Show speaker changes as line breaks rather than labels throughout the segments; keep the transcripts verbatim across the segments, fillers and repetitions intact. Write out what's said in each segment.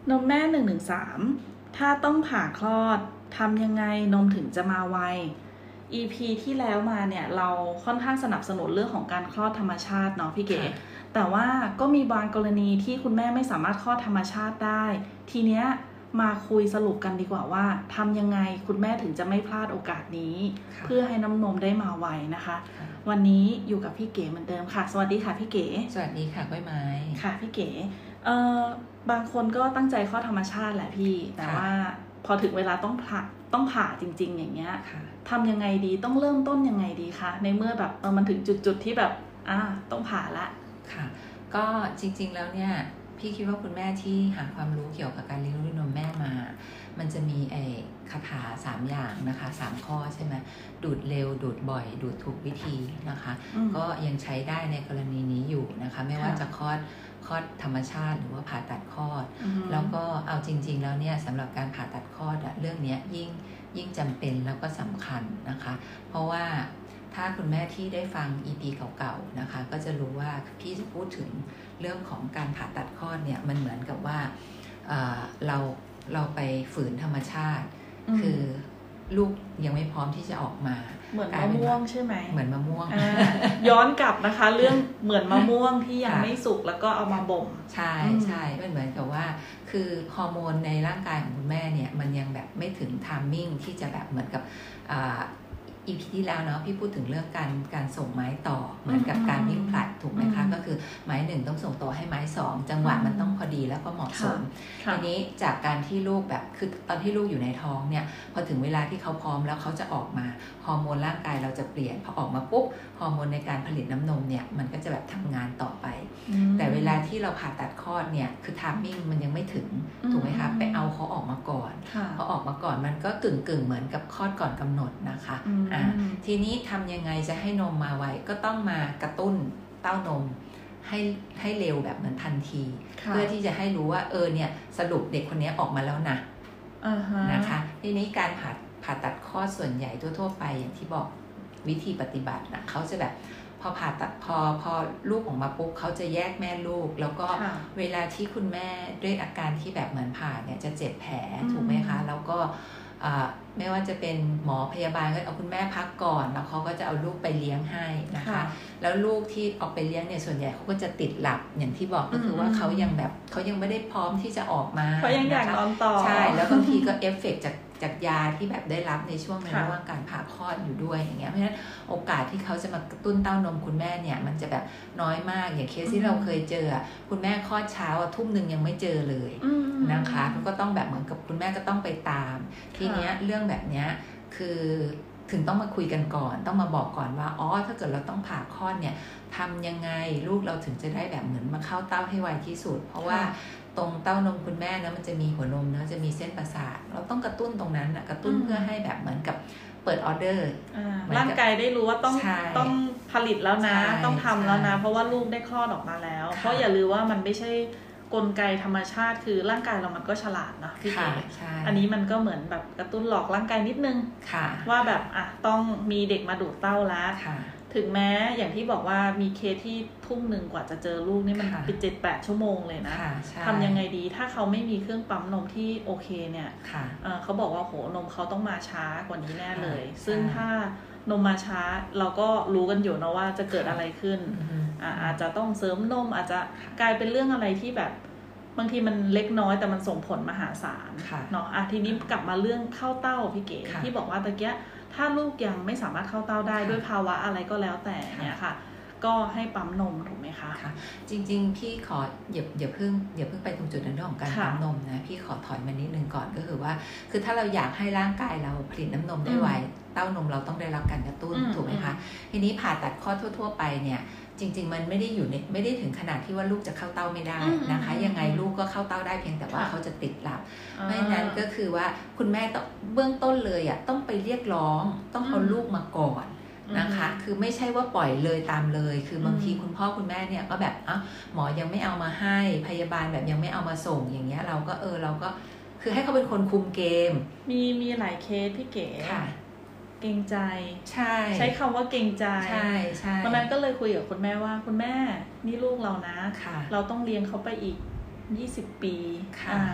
นมแม่หนึ่ง หนึ่ง สาม ถ้าต้องผ่าคลอดทำยังไงนมถึงจะมาไว อี พี ที่แล้วมาเนี่ยเราค่อนข้างสนับสนุนเรื่องของการคลอดธรรมชาติเนาะพี่เก๋แต่ว่าก็มีบางกรณีที่คุณแม่ไม่สามารถคลอดธรรมชาติได้ทีเนี้ยมาคุยสรุปกันดีกว่าว่าทำยังไงคุณแม่ถึงจะไม่พลาดโอกาสนี้เพื่อให้น้ำนมได้มาไวนะคะวันนี้อยู่กับพี่เก๋เหมือนเดิมค่ะสวัสดีค่ะพี่เก๋
สวัสดีค่ะก้อยไม้
ค่ะพี่เก๋เอ่อบางคนก็ตั้งใจคลอดธรรมชาติแหละพี่แต่ว่าพอถึงเวลาต้องผ่าต้องผ่าจริงๆอย่างเงี้ยทำยังไงดีต้องเริ่มต้นยังไงดีคะในเมื่อแบบเออมันถึงจุดๆที่แบบอ่าต้องผ่าละ
ค่ะก็จริงๆแล้วเนี่ยพี่คิดว่าคุณแม่ที่หาความรู้เกี่ยวกับการเลี้ยงลูกด้วยนมแม่มามันจะมีไอ้คาถาสามอย่างนะคะสามข้อใช่ไหมดูดเร็วดูดบ่อยดูดถูกวิธีนะคะก็ยังใช้ได้ในกรณีนี้อยู่นะคะไม่ว่าจะคลอดคลอดธรรมชาติหรือว่าผ่าตัดคลอดแล้วก็เอาจริงๆแล้วเนี่ยสำหรับการผ่าตัดคลอดเรื่องนี้ยิ่งยิ่งจำเป็นแล้วก็สำคัญนะคะเพราะว่าถ้าคุณแม่ที่ได้ฟัง อี พี เก่าๆนะคะก็จะรู้ว่าพี่จะพูดถึงเรื่องของการผ่าตัดคลอดเนี่ยมันเหมือนกับว่า เอ่อ เราเราไปฝืนธรรมชาติคือลูกยังไม่พร้อมที่จะออกมา
เหมือนมะม่วงใช่ไหม
เหมือนมะม่วง
ย้อนกลับนะคะเรื่องเหมือนมะม่วงที่ยังไม่สุกแล้วก็เอามาบ่ม
ใช่ใช่มันเหมือนกับว่าคือฮอร์โมนในร่างกายของคุณแม่เนี่ยมันยังแบบไม่ถึงไทมิ่งที่จะแบบเหมือนกับอ่าอี พี ที่แล้วเนาะพี่พูดถึงเรื่องการการส่งไม้ต่อเหมือนกับการวิ่งผลัดถูกไหมคะก็คือไม้หนึ่งต้องส่งต่อให้ไม้สองจังหวะมันต้องพอดีแล้วก็เหมาะสมทีนี้จากการที่ลูกแบบคือตอนที่ลูกอยู่ในท้องเนี่ยพอถึงเวลาที่เขาพร้อมแล้วเขาจะออกมาฮอร์โมนร่างกายเราจะเปลี่ยนพอออกมาปุ๊บฮอร์โมนในการผลิตน้ำนมเนี่ยมันก็จะแบบทำงานต่อไปแต่เวลาที่เราผ่าตัดคลอดเนี่ยคือไทมิ่งมันยังไม่ถึงถูกไหมคะไปเอาเขาออกมาก่อนพอออกมาก่อนมันก็กึ่งกึ่งเหมือนกับคลอดก่อนกำหนดนะคะอ่าทีนี้ทำยังไงจะให้นมมาไวก็ต้องมากระตุ้นเต้านมให้ให้เร็วแบบเหมือนทันทีเพื่อที่จะให้รู้ว่าเออเนี่ยสรุปเด็กคนนี้ออกมาแล้วนะ uh-huh. นะคะทีนี้การผ่าผ่าตัดคลอดส่วนใหญ่ทั่วๆไปอย่างที่บอกวิธีปฏิบัตินะเขาจะแบบพอผ่าตัดพอพอลูกออกมาปุ๊บเขาจะแยกแม่ลูกแล้วก็เวลาที่คุณแม่ด้วยอาการที่แบบเหมือนผ่าเนี่ยจะเจ็บแผลถูกไหมคะแล้วก็ไม่ว่าจะเป็นหมอพยาบาลก็เอาคุณแม่พักก่อนแล้วเขาก็จะเอาลูกไปเลี้ยงให้นะคะแล้วลูกที่ออกไปเลี้ยงเนี่ยส่วนใหญ่เขาก็จะติดหลับอย่างที่บอกก็คือว่าเขายังแบบเขายังไม่ได้พร้อมที่จะออกมา
เขายังอยากนอนต่อ
ใช่แล้วบางทีก็เอฟเฟกต์จากจากยาที่แบบได้รับในช่วงในระหว่างการผ่าคลอดอยู่ด้วยอย่างเงี้ยเพราะฉะนั้นโอกาสที่เขาจะมากระตุ้นเต้านมคุณแม่เนี่ยมันจะแบบน้อยมากอย่างเคสที่เราเคยเจอคุณแม่คลอดเช้าทุ่มนึงยังไม่เจอเลยนะคะก็ต้องแบบเหมือนกับคุณแม่ก็ต้องไปตามทีเนี้ยเรื่องแบบเนี้ยคือถึงต้องมาคุยกันก่อนต้องมาบอกก่อนว่าอ๋อถ้าเกิดเราต้องผ่าคลอดเนี่ยทำยังไงลูกเราถึงจะได้แบบเหมือนมาเข้าเต้าให้ไวที่สุดเพราะว่าตรงเต้านมคุณแม่นะมันจะมีหัวนมนะจะมีเส้นประสาทเราต้องกระตุ้นตรงนั้นนะกระตุ้นเพื่อให้แบบเหมือนกับเปิดออเดอร์
ร่างกายได้รู้ว่าต้องต้องผลิตแล้วนะต้องทำแล้วนะเพราะว่าลูกได้คลอดออกมาแล้วเพราะอย่าลืมว่ามันไม่ใช่กลไกธรรมชาติคือร่างกายเรามันก็ฉลาดนะพี่เก๋อันนี้มันก็เหมือนแบบกระตุ้นหลอกร่างกายนิดนึงว่าแบบอ่ะต้องมีเด็กมาดูดเต้าแล้วถึงแม้อย่างที่บอกว่ามีเคสที่ทุ่มหนึ่งกว่าจะเจอลูกนี่มันเป็นเจ็ดแปดชั่วโมงเลยนะทำยังไงดีถ้าเขาไม่มีเครื่องปั๊มนมที่โอเคเนี่ยเขาบอกว่าโหนมเขาต้องมาช้ากว่านี้แน่เลยซึ่งถ้านมมาช้าเราก็รู้กันอยู่นะว่าจะเกิดอะไรขึ้น อ, อาจจะต้องเสริมนมอาจจะกลายเป็นเรื่องอะไรที่แบบบางทีมันเล็กน้อยแต่มันส่งผลมหาศาลเนาะทีนี้กลับมาเรื่องเข้าเต้าพี่เก๋ที่บอกว่าตะเกียถ้าลูกยังไม่สามารถเข้าเต้าได้ด้วยภาวะอะไรก็แล้วแต่เนี่ยค่ะก็ให้ปั๊มนมถูกไหมคะ
ค่ะจริงๆพี่ขออย่าอย่าเพิ่งอย่าเพิ่งไปตรงจุดนั้นเรื่องของการปั๊มนมนะพี่ขอถอยมานิดนึงก่อนก็คือว่าคือถ้าเราอยากให้ร่างกายเราผลิตน้ำนมได้ไวเต้านมเราต้องได้รับการกระตุ้นถูกไหมคะทีนี้ผ่าตัดคลอดทั่วๆไปเนี่ยจริงๆมันไม่ได้อยู่ในไม่ได้ถึงขนาดที่ว่าลูกจะเข้าเต้าไม่ได้นะคะยังไงลูกก็เข้าเต้าได้เพียงแต่ว่าเขาจะติดหลับเพราะฉะนั้นก็คือว่าคุณแม่ต้องเบื้องต้นเลยอ่ะต้องไปเรียกร้องต้องเอาลูกมาก่อนนะคะคือไม่ใช่ว่าปล่อยเลยตามเลยคือบางทีคุณพ่อคุณแม่เนี่ยก็แบบอ่ะหมอยังไม่เอามาให้พยาบาลแบบยังไม่เอามาส่งอย่างเงี้ยเราก็เออเราก็คือให้เขาเป็นคนคุมเกม
มีมีหลายเคสพี่เก๋เกรงใจ
ใช่
ใช้คำว่าเกรงใจ
ใช่ใช่
วันนั้นก็เลยคุยกับคุณแม่ว่าคุณแม่นี่ลูกเรานะเราต้องเลี้ยงเขาไปอีกยี่สิบปี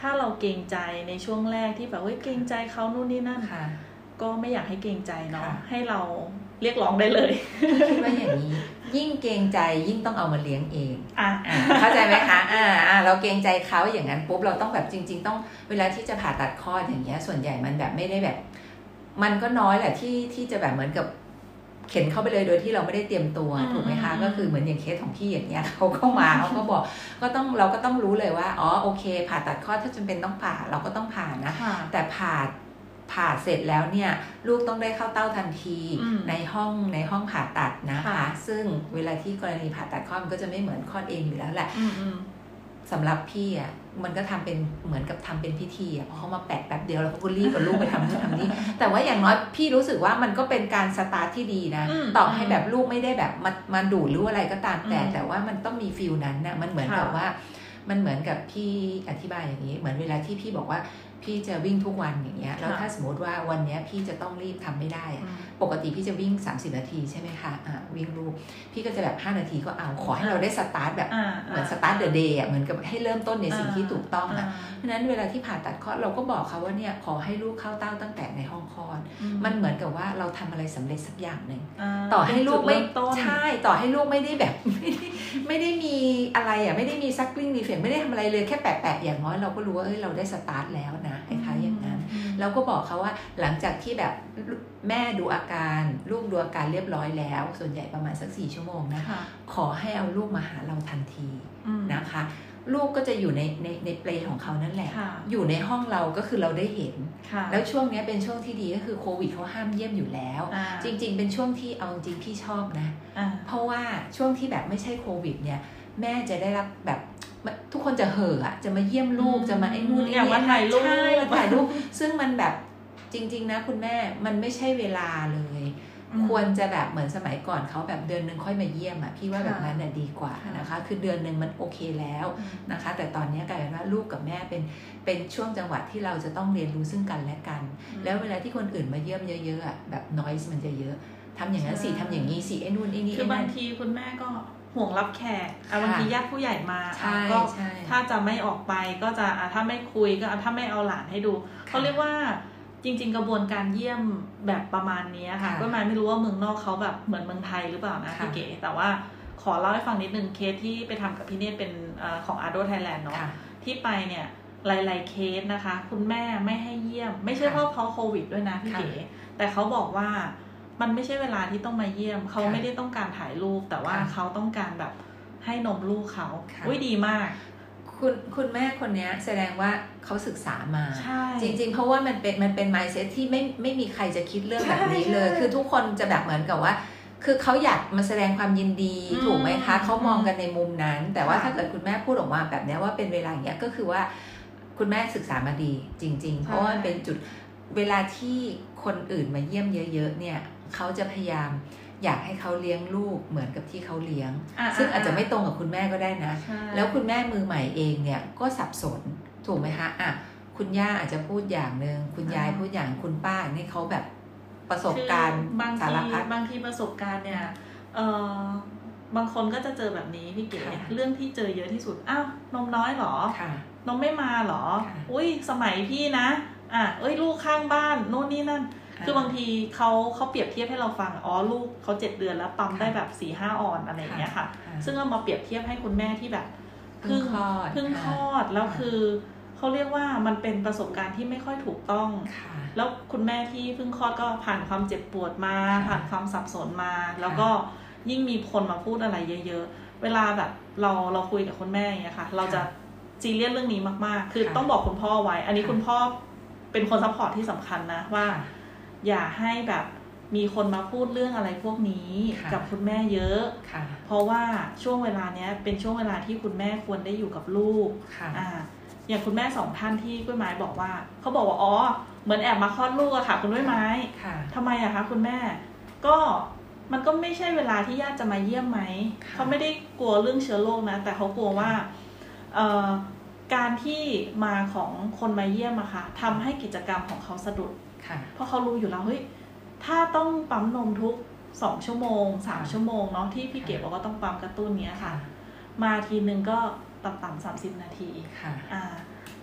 ถ้าเราเกรงใจในช่วงแรกที่แบบเฮ้ยเกรงใจเขานู่นนี่นั่นก็ไม่อยากให้เกรงใจเนาะให้เราเรียกร้องได้เลย
คิดว่าอย่างนี้ยิ่งเกรงใจยิ่งต้องเอามาเลี้ยงเองอ่ะเข้าใจไหมคะอ่าอ่าเราเกรงใจเขาอย่างนั้นปุ๊บเราต้องแบบจริงๆต้องเวลาที่จะผ่าตัดคลอดอย่างเงี้ยส่วนใหญ่มันแบบไม่ได้แบบมันก็น้อยแหละที่ที่จะแบบเหมือนกับเข็นเข้าไปเลยโดยที่เราไม่ได้เตรียมตัวถูกไหมคะก็คือเหมือนอย่างเคสของพี่อย่างเงี้ยเขาเข้ามาเขาก็บอกก็ต้องเราก็ต้องรู้เลยว่าอ๋อโอเคผ่าตัดคลอดถ้าจำเป็นต้องผ่าเราก็ต้องผ่านะแต่ผ่าผ่าเสร็จแล้วเนี่ยลูกต้องได้เข้าเต้าทันทีในห้องในห้องผ่าตัดนะคะซึ่งเวลาที่กรณีผ่าตัดคลอดมันก็จะไม่เหมือนคลอดเองอยู่แล้วแหละสำหรับพี่อ่ะมันก็ทำเป็นเหมือนกับทำเป็นพิธีอ่ะพอเขามาแปะแป๊บเดียวแล้วเขาก็รีบกับลูกไปทำนู่นทำนี่แต่ว่าอย่างน้อยพี่รู้สึกว่ามันก็เป็นการสตาร์ทที่ดีนะต่อให้แบบลูกไม่ได้แบบมามาดูดหรืออะไรก็ตามแต่แต่ว่ามันต้องมีฟีลนั้นน่ะมันเหมือนกับว่ามันเหมือนกับพี่อธิบายอย่างนี้เหมือนเวลาที่พี่บอกว่าพี่จะวิ่งทุกวันอย่างเงี้ยแล้วถ้าสมมติว่าวันนี้พี่จะต้องรีบทำไม่ได้ปกติพี่จะวิ่งสามสิบนาทีใช่ไหมคะอ่าวิ่งลูกพี่ก็จะแบบห้านาทีก็เอาขอให้เราได้สตาร์ทแบบเหมือนสตาร์ทเดอะเดย์อ่ะเหมือนกับให้เริ่มต้นในสิ่งที่ถูกต้องอ่ะเพราะฉะนั้นเวลาที่ผ่าตัดคลอดเราก็บอกเขาว่าเนี่ยขอให้ลูกเข้าเต้าตั้งแต่ในห้องคลอดมันเหมือนกับว่าเราทำอะไรสำเร็จสักอย่างหนึ่งต่อให้ลูกไม่ใช่ต่อให้ลูกไม่ได้แบบไม่ได้ไม่ได้มีอะไรอ่ะไม่ได้มีซักกลิ้งรีเฟกไม่ได้ทำอะไรเลยแค่แปะๆอย่างน้อยเราก็รู้ว่าเอ้ยเราได้สตาร์ทแล้วนะคล้ายๆอย่างนั้นเราก็บอกเขาว่าหลังจากที่แบบแม่ดูอาการลูกดูอาการเรียบร้อยแล้วส่วนใหญ่ประมาณสักสี่ชั่วโมงนะขอให้เอาลูกมาหาเราทันทีนะคะลูกก็จะอยู่ในในในเปลของเขานั่นแหละอยู่ในห้องเราก็คือเราได้เห็นแล้วช่วงนี้เป็นช่วงที่ดีก็คือโควิดเขาห้ามเยี่ยมอยู่แล้วจริงๆเป็นช่วงที่เอาจริงพี่ชอบนะเพราะว่าช่วงที่แบบไม่ใช่โควิดเนี่ยแม่จะได้รับแบบทุกคนจะเห่ออ่ะจะมาเยี่ยมลูกจะมาไอ้นู่นไอ้นี่
ถ่ายรูป
ใช่มาถ่ายรูปซึ่งมันแบบจริงๆนะคุณแม่มันไม่ใช่เวลาเลยควรจะแบบเหมือนสมัยก่อนเขาแบบเดือนนึงค่อยมาเยี่ยมอ่ะพี่ว่าแบบนั้นน่ะดีกว่านะคะคือเดือนนึงมันโอเคแล้วนะคะแต่ตอนนี้กลายเป็นว่าลูกกับแม่เป็นเป็นช่วงจังหวะที่เราจะต้องเรียนรู้ซึ่งกันและกันแล้วเวลาที่คนอื่นมาเยี่ยมเยอะๆอ่ะแบบ noise มันจะเยอะทำอย่างนั้นสิทำอย่างนี้สิไอ้นู่นไอ้นี่
คือบางทีคุณแม่ก็ห่วงรับแขกบางทีญาติผู้ใหญ่มาก็ถ้าจะไม่ออกไปก็จะถ้าไม่คุยก็ถ้าไม่เอาหลานให้ดูเขาเรียกว่าจริงๆกระบวนการเยี่ยมแบบประมาณนี้ค่ะก็ไม่รู้ว่าเมืองนอกเขาแบบเหมือนเมืองไทยหรือเปล่านะพี่เก๋แต่ว่าขอเล่าให้ฟังนิดนึงเคสที่ไปทำกับพี่เนตรเป็นของ อาร์ ดี โอ Thailand เนาะที่ไปเนี่ยหลายๆเคสนะคะคุณแม่ไม่ให้เยี่ยมไม่ใช่เพราะเพราะโควิดด้วยนะพี่เก๋แต่เขาบอกว่ามันไม่ใช่เวลาที่ต้องมาเยี่ยมเขาไม่ได้ต้องการถ่ายรูปแต่ว่าเขาต้องการแบบให้นมลูกเขาอุ้ยดีมาก
คุณคุณแม่คนนี้แสดงว่าเขาศึกษามาจริงๆเพราะว่ามันเป็นมันเป็น mindset ที่ไม่ไม่มีใครจะคิดเรื่องแบบนี้เลยคือทุกคนจะแบบเหมือนกับว่าคือเขาอยากมาแสดงความยินดีถูกไหมคะเขามองกันในมุมนั้นแต่ว่าถ้าเกิดคุณแม่พูดออกมาแบบนี้ว่าเป็นเวลาอย่างเงี้ยก็คือว่าคุณแม่ศึกษามาดีจริงๆเพราะว่าเป็นจุดเวลาที่คนอื่นมาเยี่ยมเยอะๆเนี่ยเขาจะพยายามอยากให้เขาเลี้ยงลูกเหมือนกับที่เขาเลี้ยงซึ่งอาจจะไม่ตรงกับคุณแม่ก็ได้นะแล้วคุณแม่มือใหม่เองเนี่ยก็สับสนถูกไหมคะอ่ะคุณย่าอาจจะพูดอย่างนึงคุณยายพูดอย่างคุณป้านี่เขาแบบประสบการณ์
สารพัดบางทีประสบการณ์เนี่ยเออบางคนก็จะเจอแบบนี้พี่เก๋เรื่องที่เจอเยอะที่สุดอ้าวนมน้อยหรอนมไม่มาหรออุ้ยสมัยพี่นะอ่ะเอ้ยลูกข้างบ้านโน่นนี่นั่นคือบางทีเขาเขาเปรียบเทียบให้เราฟังอ๋อลูกเขาเจ็ดเดือนแล้วปั๊มได้แบบสี่ห้าออนอะไรอย่างเงี้ยค่ะซึ่งเรามาเปรียบเทียบให้คุณแม่ที่แบบเพิ่งคลอดเพิ่งคลอดแล้วคือเขาเรียกว่ามันเป็นประสบการณ์ที่ไม่ค่อยถูกต้องแล้วคุณแม่ที่เพิ่งคลอดก็ผ่านความเจ็บปวดมาผ่านความสับสนมาแล้วก็ยิ่งมีคนมาพูดอะไรเยอะๆเวลาแบบเราเราคุยกับคุณแม่อย่างเงี้ยค่ะเราจะซีเรียสเรื่องนี้มากๆคือต้องบอกคุณพ่อไว้อันนี้คุณพ่อเป็นคนซัพพอร์ตที่สำคัญนะว่าอย่าให้แบบมีคนมาพูดเรื่องอะไรพวกนี้กับคุณแม่เยอะเพราะว่าช่วงเวลาเนี้ยเป็นช่วงเวลาที่คุณแม่ควรได้อยู่กับลูกอ่าอย่างคุณแม่สองท่านที่กล้วยไม้บอกว่าเขาบอกว่าอ๋อเหมือนแอบมาคลอดลูกอะค่ะคุณกล้วยไม้ทำไมอะคะคุณแม่ก็มันก็ไม่ใช่เวลาที่ญาติจะมาเยี่ยมไหมเขาไม่ได้กลัวเรื่องเชื้อโรคนะแต่เขากลัวว่าเอ่อการที่มาของคนมาเยี่ยมอะค่ะทำให้กิจกรรมของเขาสะดุดเพราะเขารู้อยู่แล้วเฮ้ยถ้าต้องปั๊มนมทุกสองชั่วโมงสามชั่วโมงเนาะที่พี่เก๋บอกว่าต้องปั๊มกระตุ้นเนี้ยค่ะมาทีนึงก็ต่ำๆสามสิบนาทีอ่า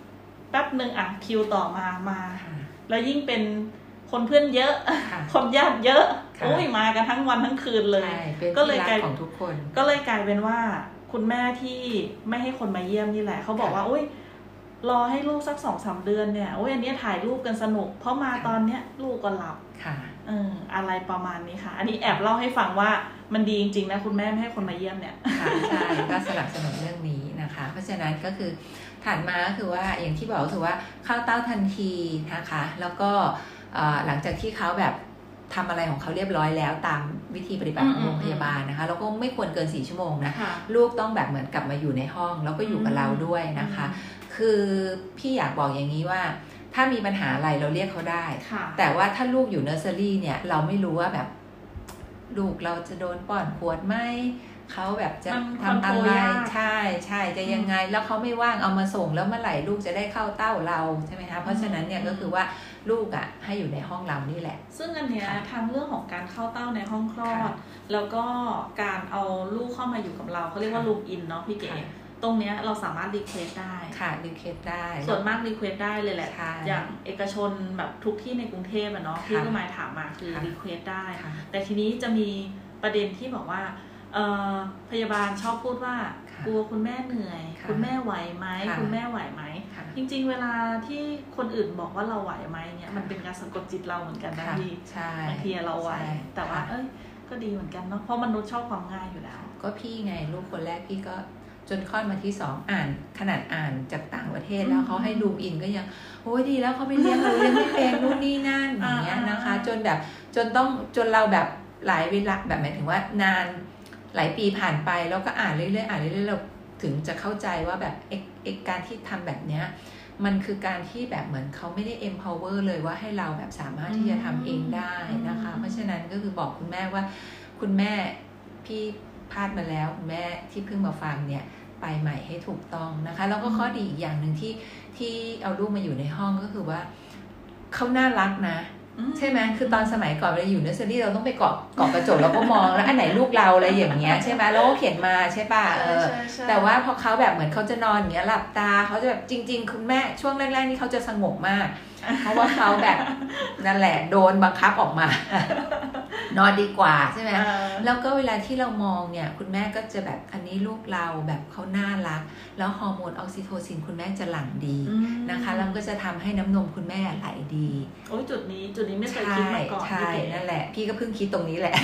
แป๊บนึงอ่ะคิวต่อมามาแล้วยิ่งเป็นคนเพื่อนเยอะคนญาติเยอะโอ้ยมากันทั้งวันทั้งคืนเลยก็เลยกลายของทุกคนก็เลยกลายเป็นว่าคุณแม่ที่ไม่ให้คนมาเยี่ยมนี่แหละเขาบอกว่าโอ้ยรอให้ลูกสักสองสามเดือนเนี่ยโอ้ยอันนี้ถ่ายรูปกันสนุกเพราะมาตอนเนี้ยลูกก็หลับค่ะเอออะไรประมาณนี้ค่ะอันนี้แอบเล่าให้ฟังว่ามันดีจริงๆนะคุณแม่ไม่ให้คนมาเยี่ยมเนี่ย
ค่ะใช่ก็สนับสนุนเรื่องนี้นะคะเพราะฉะนั้นก็คือถัดมาก็คือว่าอย่างที่บอกก็คือว่าเข้าเต้าทันทีนะคะแล้วก็หลังจากที่เขาแบบทำอะไรของเขาเรียบร้อยแล้วตามวิธีปฏิบัติของโรงพยาบาลนะคะแล้วก็ไม่ควรเกินสี่ชั่วโมงนะลูกต้องแบบเหมือนกลับมาอยู่ในห้องแล้วก็อยู่กับเราด้วยนะคะคือพี่อยากบอกอย่างนี้ว่าถ้ามีปัญหาอะไรเราเรียกเขาได้แต่ว่าถ้าลูกอยู่เนอร์เซอรี่เนี่ยเราไม่รู้ว่าแบบลูกเราจะโดนป้อนขวดไหมเขาแบบจะทำอะไรใช่ใช่จะยังไงแล้วเขาไม่ว่างเอามาส่งแล้วเมื่อไหร่ลูกจะได้เข้าเต้าเราใช่ไหมคะเพราะฉะนั้นเนี่ยก็คือว่าลูกอ่ะให้อยู่ในห้องเรานี่แหละ
ซึ่งอันเนี้ยทั้งเรื่องของการเข้าเต้าในห้องคลอดแล้วก็การเอาลูกเข้ามาอยู่กับเราเขาเรียกว่าลูกอินเนาะพี่เก๋ตรงเนี้ยเราสามารถรีเควสได้
ค่ะรีเควสได้
ส่วนมากรีเควสได้เลยแหละอย่างเอกชนแบบทุกที่ในกรุงเทพอะเนาะที่ก็มาถามมาคือรีเควสได้แต่ทีนี้จะมีประเด็นที่บอกว่าพยาบาลชอบพูดว่ากลัวคุณแม่เหนื่อยคุณแม่ไหวไหมคุณแม่ไหวไหมจริงๆเวลาที่คนอื่นบอกว่าเราไหวไหมเนี่ยมันเป็นการสะกดจิตเราเหมือนกันนะพี่บางทีเราไหวแต่ว่าเอ้ยก็ดีเหมือนกันเนาะเพราะมนุษย์ชอบความง่ายอยู่แล้ว
ก็พี่ไงลูกคนแรกพี่ก็จนคลอดมาที่สองอ่านขนาดอ่านจากต่างประเทศแล้วเขาให้ลูกอินก็ยังโอ้ยดีแล้วเขาไปเลี้ยงเราเลี้ยงไม่เป็นนู่นนี่นั่นอย่างเงี้ยนะคะจนแบบจนต้องจนเราแบบหลายเวลาแบบหมายถึงว่านานหลายปีผ่านไปแล้วก็อ่านเรื่อยๆอ่านเรื่อยๆเราถึงจะเข้าใจว่าแบบเอกเอกการที่ทำแบบเนี้ยมันคือการที่แบบเหมือนเขาไม่ได้ empower เลยว่าให้เราแบบสามารถที่จะทำเองได้นะคะเพราะฉะนั้นก็คือบอกคุณแม่ว่าคุณแม่พี่พลาดมาแล้วคุณแม่ที่เพิ่งมาฟังเนี่ยไปใหม่ให้ถูกต้องนะคะแล้วก็ข้อดีอีกอย่างหนึ่งที่ที่เอาลูกมาอยู่ในห้องก็คือว่าเขาน่ารักนะใช่ไหมคือตอนสมัยก่อนเราอยู่เนอร์เซอรี่เราต้องไปเกาะเกาะกระจกแล้วก็มองแล้วอันไหนลูกเราอะไรอย่างเงี้ยใช่ไหมแล้วก็เขียนมาใช่ป่ะเออแต่ว่าพอเขาแบบเหมือนเขาจะนอนอย่างเงี้ยหลับตาเขาจะแบบจริงๆคุณแม่ช่วงแรกๆนี่เขาจะสงบมากเพราะว่าเขาแบบนั่นแหละโดนบังคับออกมานอนดีกว่าใช่ไหมแล้วก็เวลาที่เรามองเนี่ยคุณแม่ก็จะแบบอันนี้ลูกเราแบบเขาน่ารักแล้วฮอร์โมนออกซิโทซินคุณแม่จะหลั่งดีนะคะแล้วก็จะทำให้น้ำนมคุณแม่ไหลดี
โอ้ยจุดนี้จุดนี้ไม่เคยคิดมาก่อน
ใช่นั่นแหละพี่ก็เพิ่งคิดตรงนี้แหละ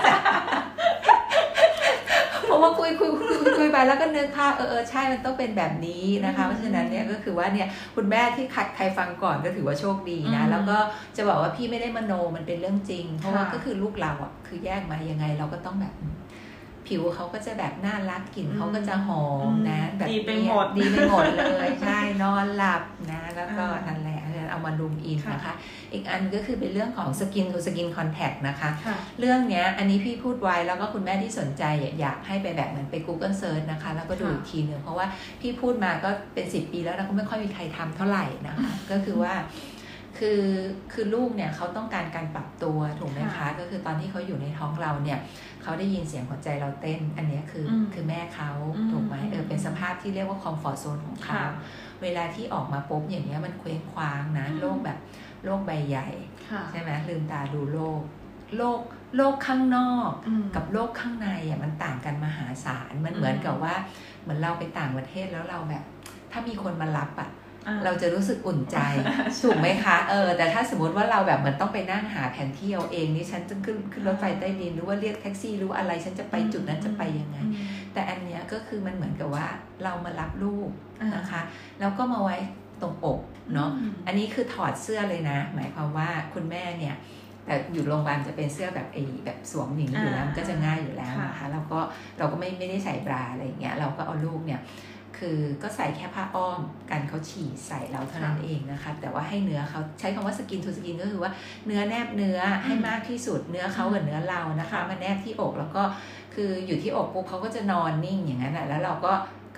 เพราะว่าคุยคุยคุยคุยไปแล้วก็นึกภาพเออเออใช่มันต้องเป็นแบบนี้นะคะเพราะฉะนั้นเนี่ยก็คือว่าเนี่ยคุณแม่ที่คัดใครฟังก่อนก็ถือว่าโชคดีนะแล้วก็จะบอกว่าพี่ไม่ได้มโนมันเป็นเรื่องจริงเพราะว่าก็คือลูกเราอ่ะคือแยกมายังไงเราก็ต้องแบบผิวเขาก็จะแบบน่ารักกลิ่นเขาก็จะหอมนะแบบ
ดีไปหมด
ดีไปหมดเลยใช่นอนหลับนะแล้วก็นั่นแหละเอามารูมอินนะคะอีกอันก็คือเป็นเรื่องของสกินทูสกินคอนแทคนะคะเรื่องเนี้ยอันนี้พี่พูดไว้แล้วก็คุณแม่ที่สนใจอยากให้ไปแบบเหมือนไป Google Search นะคะแล้วก็ดูอีกทีนึงเพราะว่าพี่พูดมาก็เป็นสิบปีแล้วแล้วก็ไม่ค่อยมีใครทำเท่าไหร่นะคะก็คือว่าคือคือลูกเนี่ยเขาต้องการการปรับตัวถูกไหมคะก็คือตอนที่เขาอยู่ในท้องเราเนี่ยเขาได้ยินเสียงหัวใจเราเต้นอันนี้คือคือแม่เขาถูกไหมเออเป็นสภาพที่เรียกว่าคอมฟอร์ตโซนของเขาเวลาที่ออกมาปุ๊บอย่างเงี้ยมันเคว้งคว้างนะโลกแบบโลกใบใหญ่ใช่ไหมลืมตาดูโลกโลกโลกข้างนอกกับโลกข้างในอ่ะมันต่างกันมหาศาลมันเหมือนกับว่าเหมือนเราไปต่างประเทศแล้วเราแบบถ้ามีคนมารับอ่ะเราจะรู้สึกอุ่นใจถูกไหมคะเออแต่ถ้าสมมติว่าเราแบบมันต้องไปนั่งหาแผนที่เอาเองนี่ฉันจะขึ้นขึ้นรถไฟใต้ดินหรือว่าเรียกแท็กซี่หรืออะไรฉันจะไปจุดนั้นจะไปยังไงแต่อันเนี้ยก็คือมันเหมือนกับว่าเรามารับลูกนะคะแล้วก็มาไว้ตรงอกเนาะอันนี้คือถอดเสื้อเลยนะหมายความว่าคุณแม่เนี่ยแต่อยู่โรงพยาบาลจะเป็นเสื้อแบบไอ้แบบสวมหนิงอยู่แล้วก็จะง่ายอยู่แล้วนะคะแล้วก็เราก็ไม่ไม่ได้ใส่บราอะไรอย่างเงี้ยเราก็เอาลูกเนี่ยคือก็ใส่แค่ผ้าอ้อมกันเขาฉี่ใส่เราเท่านั้นเองนะคะแต่ว่าให้เนื้อเขาใช้คำว่าสกินทูสกินก็คือว่าเนื้อแนบเนื้อให้มากที่สุดเนื้อเขากับเนื้อเรานะคะมาแนบที่อกแล้วก็คืออยู่ที่อกปุ๊บเขาก็จะนอนนิ่งอย่างนั้นแหละแล้วเราก็ก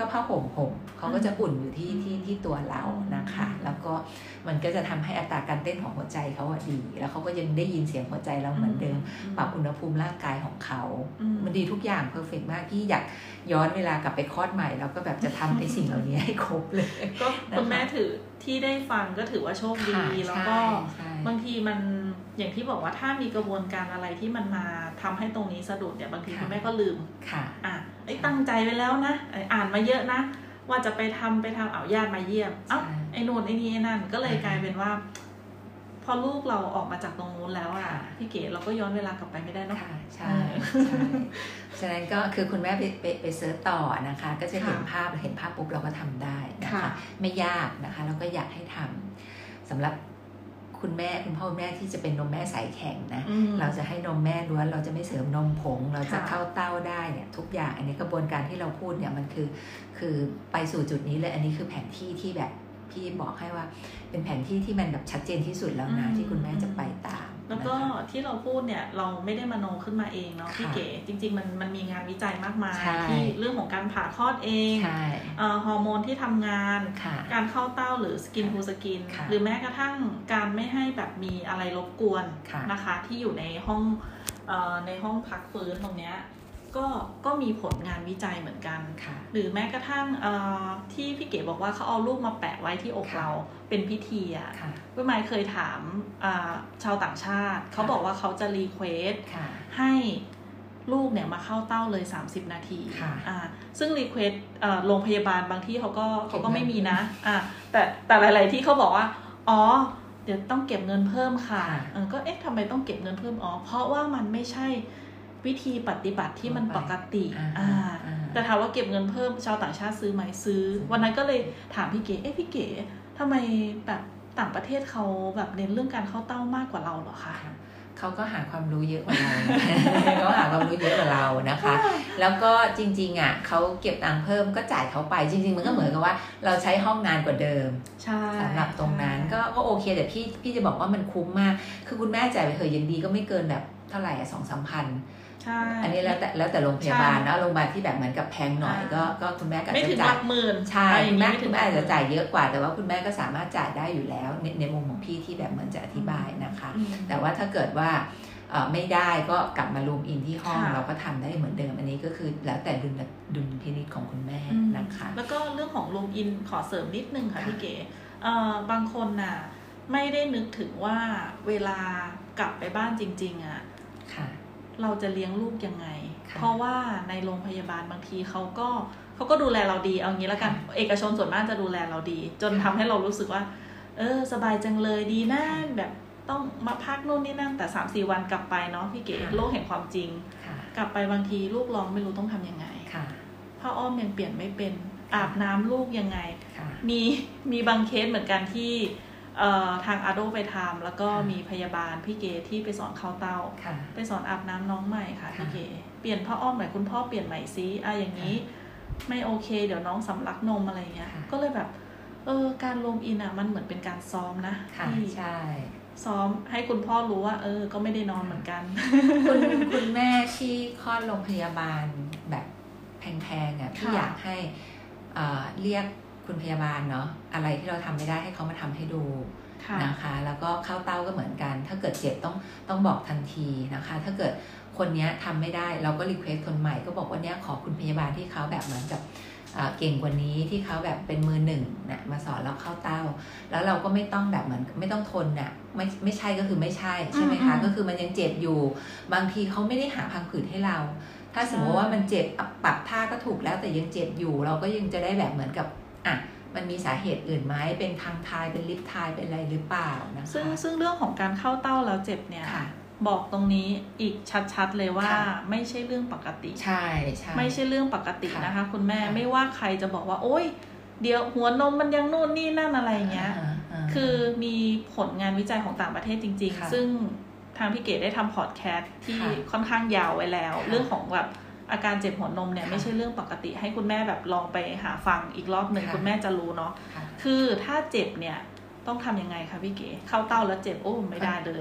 ก็ผ้าห่มห่มเขาก็จะอุ่นอยู่ที่ที่ที่ตัวเรานะคะแล้วก็มันก็จะทำให้อัตราการเต้นของหัวใจเขาอะดีแล้วเขาก็ยังได้ยินเสียงหัวใจเราเหมือนเดิมปรับอุณหภูมิร่างกายของเขามันดีทุกอย่างเพอร์เฟกต์มากพี่อยากย้อนเวลากลับไปคลอดใหม่แล้วก็แบบจะทำในสิ่งเหล่านี้ให้ครบเลย
ก็คุณแม่ถือที่ได้ฟังก็ถือว่าโชคดีแล้วก็บางทีมันอย่างที่บอกว่าถ้ามีกระบวนการอะไรที่มันมาทำให้ตรงนี้สะดุดเนี่ยบางทีคุณแม่ก็ลืม
ค่ะ
อ่ะไอ้ตั้งใจไว้แล้วนะอ่านมาเยอะนะว่าจะไปทำไปทำเอาญาติมาเยี่ยมเอ้าไอ้นู่นไอ้นี่ไอ้นั่นก็เลยกลายเป็นว่าพอลูกเราออกมาจากตรงนู้นแล้วอ่ะพี่เก๋เราก็ย้อนเวลากลับไปไม่ได้เนาะ
ใช่ฉะนั้นก็คือคุณแม่ไปไปไปเสิร์ชต่อนะคะก็จะเห็นภาพเห็นภาพปุ๊บเราก็ทำได้นะคะไม่ยากนะคะแล้วก็อยากให้ทำสำหรับคุณแม่คุณพ่อคุณแม่ที่จะเป็นนมแม่สายแข็งนะเราจะให้นมแม่ล้วนเราจะไม่เสริมนมผงเราจะเข้าเต้าได้เนี่ยทุกอย่างอันนี้กระบวนการที่เราพูดเนี่ยมันคือคือไปสู่จุดนี้เลยอันนี้คือแผนที่ที่แบบพี่บอกให้ว่าเป็นแผนที่ที่มันแบบชัดเจนที่สุดแล้วนะที่คุณแม่จะไปตาม
แล้วก็ที่เราพูดเนี่ยเราไม่ได้มโนขึ้นมาเองเนาะพี่เก๋จริงๆมันมันมีงานวิจัยมากมายที่เรื่องของการผ่าคลอดเองฮอร์โมนที่ทำงานการเข้าเต้าหรือสกินทูสกินหรือแม้กระทั่งการไม่ให้แบบมีอะไรรบกวนนะคะที่อยู่ในห้องในห้องพักฟื้นตรงเนี้ยก็ก็มีผลงานวิจัยเหมือนกันหรือแม้กระทั่งที่พี่เก๋บอกว่าเขาเอาลูกมาแปะไว้ที่อกเราเป็นพิธีอ่ะพี่ไมค์เคยถามชาวต่างชาติเขาบอกว่าเขาจะรีเควสให้ลูกเนี่ยมาเข้าเต้าเลยสามสิบนาทีซึ่งรีเควสโรงพยาบาลบางที่เขาก็เขาก็ไม่มีนะแต่แต่หลายๆที่เขาบอกว่าอ๋อเดี๋ยวต้องเก็บเงินเพิ่มค่ะก็เอ๊ะทำไมต้องเก็บเงินเพิ่มอ๋อเพราะว่ามันไม่ใช่วิธีปฏิบัติที่มันปกติอ่าแต่ถามว่าเก็บเงินเพิ่มชาวต่างชาติซื้อไหมซื้อวันนั้นก็เลยถามพี่เก๋เอ๊ะพี่เก๋ทำไมแบบต่างประเทศเขาแบบเน้นเรื่องการเข้าเต้ามากกว่าเราเหรอคะ
เขาก็หาความรู้เยอะกว่าเรา เขาหาความรู้เยอะกว่าเรานะคะแล้วก็จริงๆอ่ะเขาเก็บตังค์เพิ่มก็จ่ายเขาไปจริงๆมันก็เหมือนกับว่าเราใช้ห้องนานกว่าเดิมสำหรับตรงนั้นก็ก็โอเคแต่พี่พี่จะบอกว่ามันคุ้มมากคือคุณแม่จ่ายไปเถอะยังดีก็ไม่เกินแบบเท่าไหร่อ่ะสองสามพันอันนี้แล้วแต่แล้วแต่โรงพยาบาลนะโรงพยาบาลที่แบบเหมือนกับแพงหน่อยก็ก็คุณแม่ก็จะจ่าย
หมื่น
ใช่คุณแม่คุณแม่อาจจะจ่ายเยอะกว่าแต่ว่าคุณแม่ก็สามารถจ่ายได้อยู่แล้วในในมุมของพี่ที่แบบเหมือนจะอธิบายนะคะแต่ว่าถ้าเกิดว่าไม่ได้ก็กลับมารูมอินที่ห้องเราก็ทำได้เหมือนเดิมอันนี้ก็คือแล้วแต่ดุลดุลพินิจของคุณแม่นะคะ
แล้วก็เรื่องของรูมอินขอเสริมนิดนึงค่ะพี่เก๋บางคนน่ะไม่ได้นึกถึงว่าเวลากลับไปบ้านจริงๆอ่ะเราจะเลี้ยงลูกยังไงเพราะว่าในโรงพยาบาลบางทีเขาก็เขาก็ดูแลเราดีเอางี้แล้วกันเอกชนส่วนมากจะดูแลเราดีจนทำให้เรารู้สึกว่าเออสบายจังเลยดีนะแบบต้องมาพักนู่นนี่นั่นแต่ สามสี่ วันกลับไปเนาะพี่เก๋โลกแห่งความจริงกลับไปบางทีลูกร้องไม่รู้ต้องทำยังไงผ้าอ้อมยังเปลี่ยนไม่เป็นอาบน้ำลูกยังไงมีมีบางเคสเหมือนกันที่ทางอาโดไปทำแล้วก็มีพยาบาลพี่เก๋ที่ไปสอนเข้าเต้าไปสอนอาบน้ำน้องใหม่ค่ะพี่เก๋เปลี่ยนผ้าอ้อมหน่อยคุณพ่อเปลี่ยนใหม่ซิอ่ะอย่างนี้ไม่โอเคเดี๋ยวน้องสำลักนมอะไรเงี้ยก็เลยแบบเออการรวมอินอ่ะมันเหมือนเป็นการซ้อมนะ
ที่ใช่
ซ้อมให้คุณพ่อรู้ว่าเออก็ไม่ได้นอนเหมือนกัน
คุณคุณแม่ที่คลอดโรงพยาบาลแบบแพงๆอ่ะพี่อยากให้เรียกคุณพยาบาลเนาะอะไรที่เราทำไม่ได้ให้เขามาทำให้ดูนะคะแล้วก็เข้าเต้าก็เหมือนกันถ้าเกิดเจ็บต้องต้องบอกทันทีนะคะถ้าเกิดคนนี้ทำไม่ได้เราก็รีเควสคนใหม่ก็บอกว่าเนี้ยขอคุณพยาบาลที่เขาแบบเหมือนกับเก่งกว่านี้ที่เขาแบบเป็นมือหนึ่งนะมาสอนเราเข้าเต้าแล้วเราก็ไม่ต้องแบบเหมือนไม่ต้องทนน่ะไม่ไม่ใช่ก็คือไม่ใช่ใช่ไหมคะก็คือมันยังเจ็บอยู่บางทีเขาไม่ได้หาพังผืดให้เราถ้าสมมติว่ามันเจ็บปรับท่าก็ถูกแล้วแต่ยังเจ็บอยู่เราก็ยังจะได้แบบเหมือนกับอ่ะมันมีสาเหตุอื่นไหมเป็นทางทายเป็นลิฟทายเป็นอะไรหรือเปล่านะคะ
ซึ่งซึ่งเรื่องของการเข้าเต้าแล้วเจ็บเนี่ยบอกตรงนี้อีกชัดๆเลยว่าไม่ใช่เรื่องปกติ
ใช่ใช่
ไม่ใช่เรื่องปกตินะคะคุณแม่ไม่ว่าใครจะบอกว่าโอ๊ยเดี๋ยวหัวนมมันยังนู่นนี่นั่นอะไรเงี้ยคือมีผลงานวิจัยของต่างประเทศจริงๆซึ่งทางพี่เก๋ได้ทำพอดแคสต์ที่ค่อนข้างยาวไว้แล้วเรื่องของแบบอาการเจ็บหัวนมเนี่ยไม่ใช่เรื่องปกติให้คุณแม่แบบลองไปหาฟังอีกรอบหนึ่งคุณแม่จะรู้เนาะคือถ้าเจ็บเนี่ยต้องทำยังไงคะพี่เก๋เข้าเต้าแล้วเจ็บโอ้ไม่ได้เลย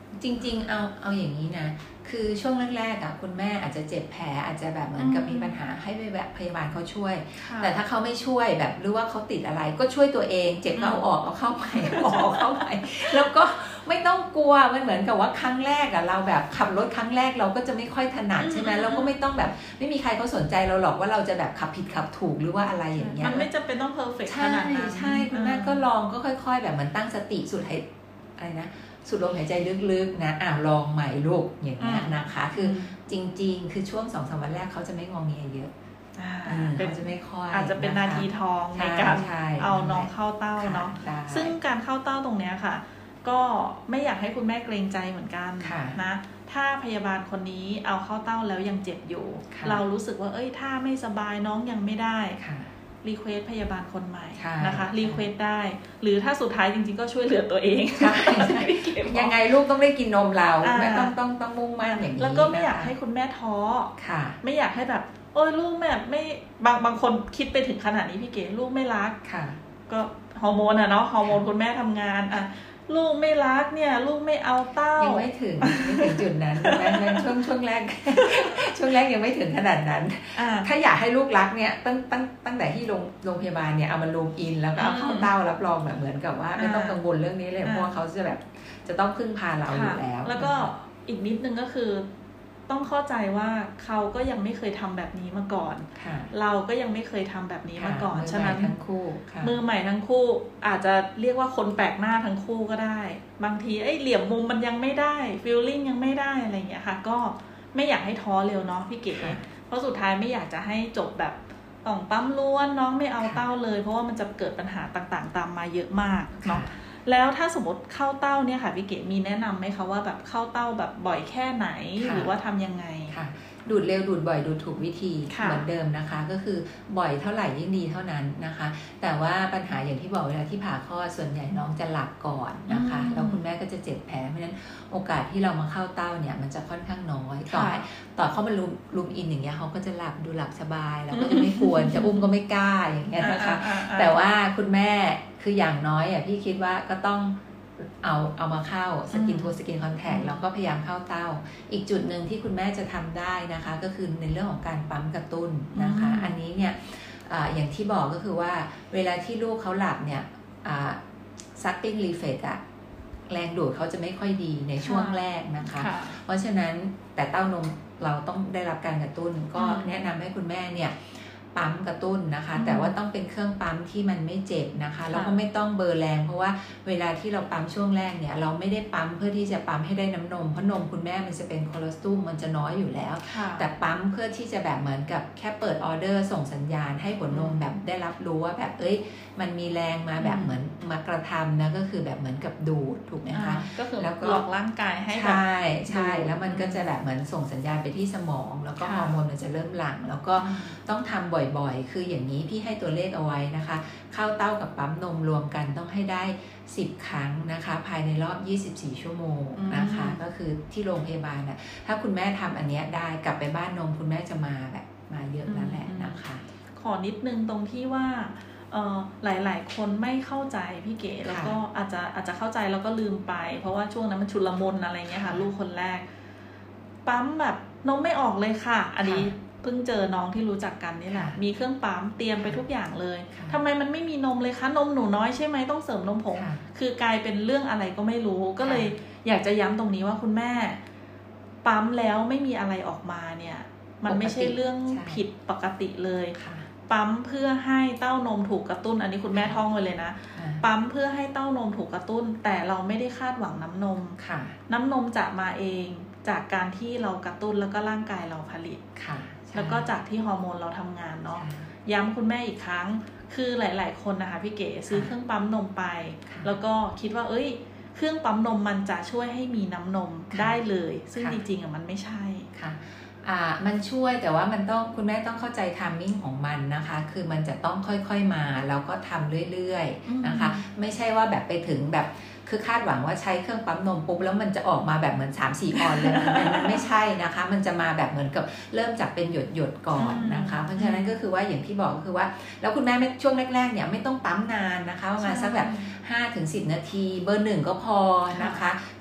จริงๆเอาเอาอย่างนี้นะคือช่วงแรกๆอ่ะคุณแม่อาจจะเจ็บแผลอาจจะแบบเหมือนกับมีปัญหาให้แบบพยาบาลเขาช่วยแต่ถ้าเขาไม่ช่วยแบบหรือว่าเขาติดอะไรก็ช่วยตัวเองเจ็บก็เอาออกเอาเข้าใหม่ออกเข้าใหม่แล้วก็ไม่ต้องกลัวมันเหมือนกับว่าครั้งแรกอ่ะเราแบบขับรถครั้งแรกเราก็จะไม่ค่อยถนัดใช่ไหมเราก็ไม่ต้องแบบไม่มีใครเขาสนใจเราหรอกว่าเราจะแบบขับผิดขับถูกหรือว่าอะไรอย่างเงี้ย
มันไม่จำเป็นต้องเพอร์เฟกต์ขนาดนั้น
ใช่คุณแม่ก็ลองก็ค่อยๆแบบเหมือนตั้งสติสูดหายอะไรนะสูดลมหายใจลึกๆนะอ่าลองใหม่ลูกอย่างเงี้ยนะคะคือจริงๆคือช่วงสองสามวันแรกเขาจะไม่งอแงเยอะเขาจะไม่ค่อย
อาจจะเป็นนาทีทองในการเอาน้องเข้าเต้าเนาะซึ่งการเข้าเต้าตรงเนี้ยค่ะก็ไม่อยากให้คุณแม่เกรงใจเหมือนกันนะถ้าพยาบาลคนนี้เอาเข้าเต้าแล้วยังเจ็บอยู่เรารู้สึกว่าเอ้ยถ้าไม่สบายน้องยังไม่ได้รีเควสพยาบาลคนใหม่นะคะรีเควสได้หรือถ้าสุดท้ายจริงๆก็ช่วยเหลือตัวเอง
ยังไงลูกต้องได้กินนมเราไม่ต้องต้องต้องมุ่งมั่นอย่างนี้
แล้วก็ไม่อยากให้คุณแม่ท้อไม่อยากให้แบบโอ้ยลูกแบบไม่บางบางคนคิดไปถึงขนาดนี้พี่เก๋ลูกไม่รักก็ฮอร์โมนอะเนาะฮอร์โมนคุณแม่ทำงานอะลูกไม่รักเนี่ยลูกไม่เอาเต้า
ยังไม่ถึงไม่ถึงจุดนั้นนั้นช่วงช่วงแรกช่วงแรกยังไม่ถึงขนาดนั้นถ้าอยากให้ลูกรักเนี่ยตั้งตั้งตั้งแต่ที่โรงโรงพยาบาลเนี่ยเอามันลงอินแล้วก็เอาเข้าเต้ารับรองแบบเหมือนกับว่าไม่ต้องกังวลเรื่องนี้เลยเพราะว่าเขาจะแบบจะต้องพึ่งพาเราอยู่แล้ว
แล้วก็อีกนิดนึงก็คือต้องเข้าใจว่าเขาก็ยังไม่เคยทำแบบนี้มาก่อนเราก็ยังไม่เคยทำแบบนี้มาก่อนฉะนั้น
ทั้งคู่
มือใหม่ทั้งคู่อาจจะเรียกว่าคนแปลกหน้าทั้งคู่ก็ได้บางทีไอ้เหลี่ยมมุมมันยังไม่ได้ฟีลลิ่งยังไม่ได้อะไรอย่างเงี้ยค่ะก็ไม่อยากให้ท้อเร็วเนาะพี่เก๋เพราะสุดท้ายไม่อยากจะให้จบแบบต้องปั๊มล้วนน้องไม่เอาเต้าเลยเพราะว่ามันจะเกิดปัญหาต่างๆตามมาเยอะมากเนาะแล้วถ้าสมมติเข้าเต้าเนี่ยค่ะพี่เก๋มีแนะนำไหมคะว่าแบบเข้าเต้าแบบบ่อยแค่ไหนหรือว่าทำยังไง
ค่ะดูดเร็วดูดบ่อยดูดถูกวิธีเหมือนเดิมนะคะก็คือบ่อยเท่าไหร่ยิ่งดีเท่านั้นนะคะแต่ว่าปัญหาอย่างที่บอกเวลาที่ผ่าคลอดส่วนใหญ่น้องจะหลับก่อนนะคะแล้วคุณแม่ก็จะเจ็บแผลเพราะฉะนั้นโอกาสที่เรามาเข้าเต้าเนี่ยมันจะค่อนข้างน้อยต่อต่อเข้ามาลุมลุมอินอย่างเงี้ยเขาก็จะหลับดูหลับสบายแล้วก็จะไม่ควรจะอุ้มก็ไม่กล้าอย่างเงี้ยนะคะแต่ว่าคุณแม่คืออย่างน้อยอ่ะพี่คิดว่าก็ต้องเอาเอามาเข้าสกินทูสกินคอนแทคแล้วก็พยายามเข้าเต้าอีกจุดหนึ่งที่คุณแม่จะทำได้นะคะก็คือในเรื่องของการปั๊มกระตุ้นนะคะอันนี้เนี่ย อ, อย่างที่บอกก็คือว่าเวลาที่ลูกเขาหลับเนี่ยซักติ้งรีเฟกอะแรงดูดเขาจะไม่ค่อยดีในช่วงแรกนะคะเพราะฉะนั้นแต่เต้านมเราต้องได้รับการกระตุ้นก็แนะนำให้คุณแม่เนี่ยปั๊มกระตุ้นนะคะแต่ว่าต้องเป็นเครื่องปั๊มที่มันไม่เจ็บนะคะแล้วก็ไม่ต้องเบอร์แรงเพราะว่าเวลาที่เราปั๊มช่วงแรกเนี่ยเราไม่ได้ปั๊มเพื่อที่จะปั๊มให้ได้น้ำนมเพราะนมคุณแม่มันจะเป็นโคเลสเตอรอลมันจะน้อยอยู่แล้วแต่ปั๊มเพื่อที่จะแบบเหมือนกับแค่เปิดออเดอร์ส่งสัญญาณให้หัวนมแบบได้รับรู้ว่าแบบเอ้ยมันมีแรงมาแบบเหมือนมากระทำนะก็คือแบบเหมือนกับดูดถูกไหมคะ
ก็คือหลอกร่างกายให้แบบ
ใช่ใช่แล้วมันก็จะแบบเหมือนส่งสัญญาณไปที่สมองแล้วก็ฮอร์โมนมันจะเริ่มหลั่งแล้วก็ต้องทำบ่อยๆคืออย่างนี้พี่ให้ตัวเลขเอาไว้นะคะเข้าเต้ากับปั๊มนมรวมกันต้องให้ได้สิบครั้งนะคะภายในรอบยี่สิบสี่ชั่วโมงนะคะก็คือที่โรงพยาบาลนะถ้าคุณแม่ทำอันนี้ได้กลับไปบ้านนมคุณแม่จะมาแบบมาเยอะแล้วแหละนะคะ
ขอนิดนึงตรงที่ว่าหลายๆคนไม่เข้าใจพี่เก๋แล้วก็อาจจะอาจจะเข้าใจแล้วก็ลืมไปเพราะว่าช่วงนั้นมันชุลมุนอะไรเงี้ยค่ะลูกคนแรกปั๊มแบบนมไม่ออกเลยค่ะอันนี้เพิ่งเจอน้องที่รู้จักกันนี่แหละมีเครื่องปั๊มเตรียมไปทุกอย่างเลยทำไมมันไม่มีนมเลยคะนมหนูน้อยใช่ไหมต้องเสริมนมผงคือกลายเป็นเรื่องอะไรก็ไม่รู้ก็เลยอยากจะย้ำตรงนี้ว่าคุณแม่ปั๊มแล้วไม่มีอะไรออกมาเนี่ยมันไม่ใช่เรื่องผิดปกติเลยปั๊มเพื่อให้เต้านมถูกกระตุ้นอันนี้คุณแม่ท่องไว้เลยนะปั๊มเพื่อให้เต้านมถูกกระตุ้นแต่เราไม่ได้คาดหวังน้ำนมน้ำนมจะมาเองจากการที่เรากระตุ้นแล้วก็ร่างกายเราผลิตแล้วก็จากที่ฮอร์โมนเราทำงานเนาะย้ำคุณแม่อีกครั้งคือหลายๆคนนะคะพี่เก๋ซื้อเครื่องปั๊มนมไปแล้วก็คิดว่าเอ้ยเครื่องปั๊มนมมันจะช่วยให้มีน้ำนมได้เลยซึ่งจริงๆอ่ะมันไม่ใช่
ค่ะอ่ามันช่วยแต่ว่ามันต้องคุณแม่ต้องเข้าใจไทมิ่งของมันนะคะคือมันจะต้องค่อยๆมาแล้วก็ทำเรื่อยๆนะคะไม่ใช่ว่าแบบไปถึงแบบคือคาดหวังว่าใช้เครื่องปั๊มนมปุ๊บแล้วมันจะออกมาแบบเหมือน สามสี่ ออนเลยมันไม่ใช่นะคะมันจะมาแบบเหมือนกับเริ่มจากเป็นหยดหยดก่อนนะคะเพราะฉะนั้นก็คือว่าอย่างที่บอกก็คือว่าแล้วคุณแม่ช่วงแรกๆเนี่ยไม่ต้องปั๊มนานนะคะประมาณสักแบบ ห้าถึงสิบ นาทีเบอร์หนึ่งก็พอนะคะคือ